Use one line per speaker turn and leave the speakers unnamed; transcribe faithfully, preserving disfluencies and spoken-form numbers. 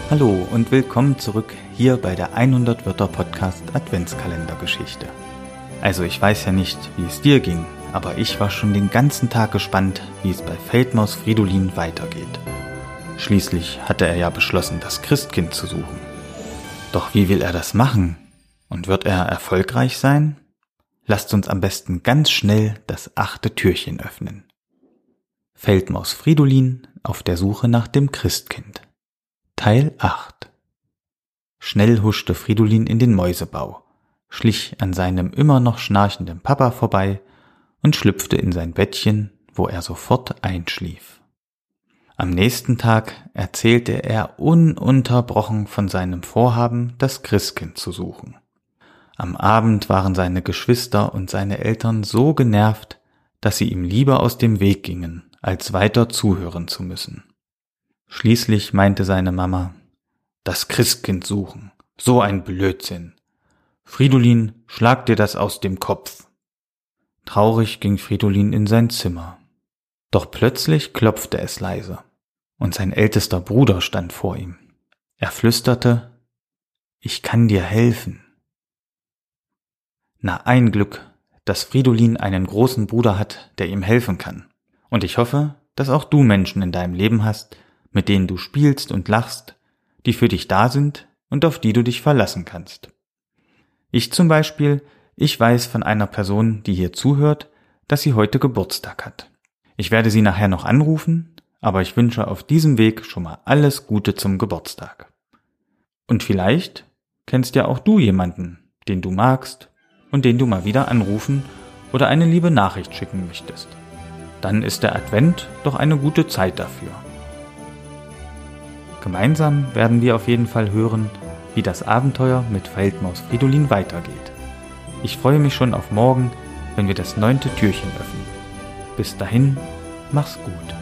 Hallo und willkommen zurück hier bei der hundert Wörter Podcast Adventskalendergeschichte. Also ich weiß ja nicht, wie es dir ging, aber ich war schon den ganzen Tag gespannt, wie es bei Feldmaus Fridolin weitergeht. Schließlich hatte er ja beschlossen, das Christkind zu suchen. Doch wie will er das machen? Und wird er erfolgreich sein? Lasst uns am besten ganz schnell das achte Türchen öffnen. Feldmaus Fridolin auf der Suche nach dem Christkind. Teil acht. Schnell huschte Fridolin in den Mäusebau, schlich an seinem immer noch schnarchenden Papa vorbei und schlüpfte in sein Bettchen, wo er sofort einschlief. Am nächsten Tag erzählte er ununterbrochen von seinem Vorhaben, das Christkind zu suchen. Am Abend waren seine Geschwister und seine Eltern so genervt, dass sie ihm lieber aus dem Weg gingen, als weiter zuhören zu müssen. Schließlich meinte seine Mama, das Christkind suchen, so ein Blödsinn. Fridolin, schlag dir das aus dem Kopf. Traurig ging Fridolin in sein Zimmer. Doch plötzlich klopfte es leise, und sein ältester Bruder stand vor ihm. Er flüsterte, ich kann dir helfen. Na, ein Glück, dass Fridolin einen großen Bruder hat, der ihm helfen kann. Und ich hoffe, dass auch du Menschen in deinem Leben hast, mit denen du spielst und lachst, die für dich da sind und auf die du dich verlassen kannst. Ich zum Beispiel, ich weiß von einer Person, die hier zuhört, dass sie heute Geburtstag hat. Ich werde sie nachher noch anrufen, aber ich wünsche auf diesem Weg schon mal alles Gute zum Geburtstag. Und vielleicht kennst ja auch du jemanden, den du magst und den du mal wieder anrufen oder eine liebe Nachricht schicken möchtest. Dann ist der Advent doch eine gute Zeit dafür. Gemeinsam werden wir auf jeden Fall hören, wie das Abenteuer mit Feldmaus Fridolin weitergeht. Ich freue mich schon auf morgen, wenn wir das neunte Türchen öffnen. Bis dahin, mach's gut.